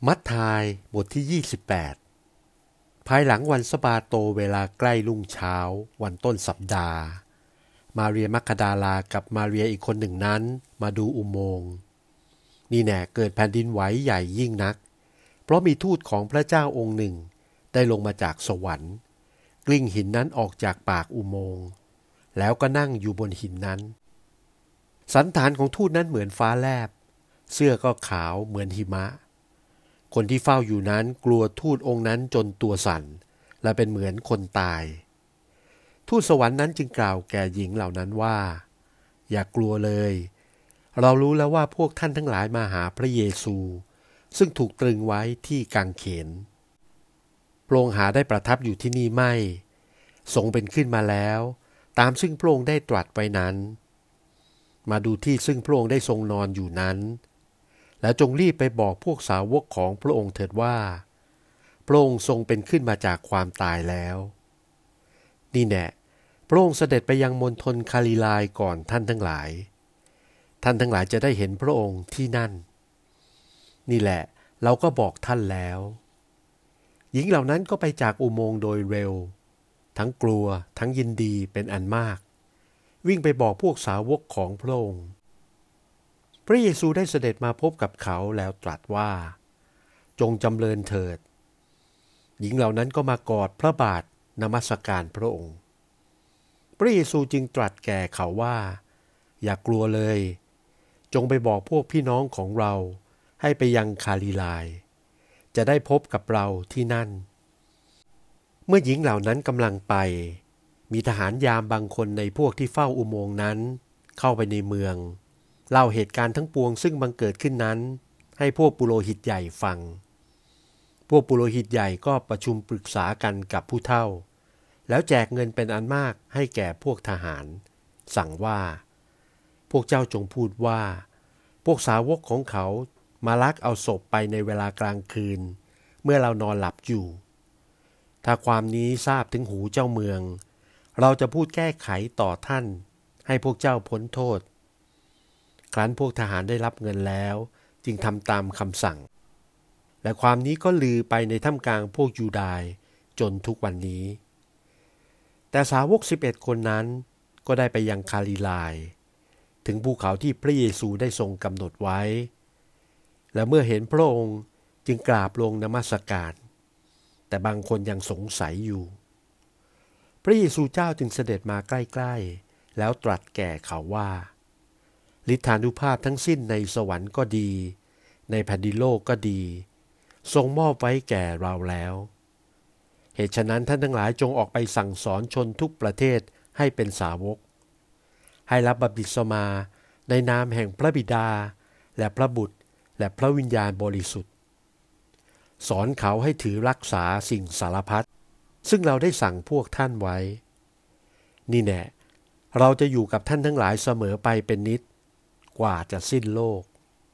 มัทธายบทที่28ภายหลังวันสะบาโตเวลาใกล้รุ่งเช้าวันต้นสัปดาห์มาเรียมักดาลากับมาเรียอีกคนหนึ่งนั้นมาดูอุโมงค์นี่แน่เกิดแผ่นดินไหวใหญ่ยิ่งนักเพราะมีทูตของพระเจ้าองค์หนึ่งได้ลงมาจากสวรรค์กลิ้งหินนั้นออกจากปากอุโมงค์แล้วก็นั่งอยู่บนหินนั้นสันฐานของทูตนั้นเหมือนฟ้าแลบเสื้อก็ขาวเหมือนหิมะคนที่เฝ้าอยู่นั้นกลัวทูตองค์นั้นจนตัวสั่นและเป็นเหมือนคนตายทูตสวรรค์นั้นจึงกล่าวแก่หญิงเหล่านั้นว่าอย่ากลัวเลยเรารู้แล้วว่าพวกท่านทั้งหลายมาหาพระเยซูซึ่งถูกตรึงไว้ที่กางเขนพระองค์หาได้ประทับอยู่ที่นี่ไม่ทรงเป็นขึ้นมาแล้วตามซึ่งพระองค์ได้ตรัสไว้นั้นมาดูที่ซึ่งพระองค์ได้ทรงนอนอยู่นั้นแล้วจงรีบไปบอกพวกสาวกของพระองค์เถิดว่าพระองค์ทรงเป็นขึ้นมาจากความตายแล้วนี่แน่พระองค์เสด็จไปยังมณฑลคาลิลายก่อนท่านทั้งหลายจะได้เห็นพระองค์ที่นั่นนี่แหละเราก็บอกท่านแล้วหญิงเหล่านั้นก็ไปจากอุโมงค์โดยเร็วทั้งกลัวทั้งยินดีเป็นอันมากวิ่งไปบอกพวกสาวกของพระองค์พระเยซูได้เสด็จมาพบกับเขาแล้วตรัสว่าจงจำเริญเถิดหญิงเหล่านั้นก็มากอดพระบาทนมัสการพระองค์พระเยซูจึงตรัสแก่เขาว่าอย่ากลัวเลยจงไปบอกพวกพี่น้องของเราให้ไปยังคาลิลายจะได้พบกับเราที่นั่นเมื่อหญิงเหล่านั้นกำลังไปมีทหารยามบางคนในพวกที่เฝ้าอุโมงค์นั้นเข้าไปในเมืองเล่าเหตุการณ์ทั้งปวงซึ่งบังเกิดขึ้นนั้นให้พวกปุโรหิตใหญ่ฟังพวกปุโรหิตใหญ่ก็ประชุมปรึกษากันกับผู้เฒ่าแล้วแจกเงินเป็นอันมากให้แก่พวกทหารสั่งว่าพวกเจ้าจงพูดว่าพวกสาวกของเขามาลักเอาศพไปในเวลากลางคืนเมื่อเรานอนหลับอยู่ถ้าความนี้ทราบถึงหูเจ้าเมืองเราจะพูดแก้ไขต่อท่านให้พวกเจ้าพ้นโทษครั้นพวกทหารได้รับเงินแล้วจึงทำตามคำสั่งและความนี้ก็ลือไปในท่ามกลางพวกยูดาห์จนทุกวันนี้แต่สาวก11คนนั้นก็ได้ไปยังคาลิลายถึงภูเขาที่พระเยซูได้ทรงกำหนดไว้และเมื่อเห็นพระองค์จึงกราบลงนมัสการแต่บางคนยังสงสัยอยู่พระเยซูเจ้าจึงเสด็จมาใกล้ๆแล้วตรัสแก่เขาว่าฤทธานุภาพทั้งสิ้นในสวรรค์ก็ดีในแผ่นดินโลกก็ดีทรงมอบไว้แก่เราแล้วเหตุฉะนั้นท่านทั้งหลายจงออกไปสั่งสอนชนทุกประเทศให้เป็นสาวกให้รับบัพติศมาในนามแห่งพระบิดาและพระบุตรและพระวิญญาณบริสุทธิ์สอนเขาให้ถือรักษาสิ่งสารพัดซึ่งเราได้สั่งพวกท่านไว้นี่แน่เราจะอยู่กับท่านทั้งหลายเสมอไปเป็นนิจกว่าจะสิ้นโลก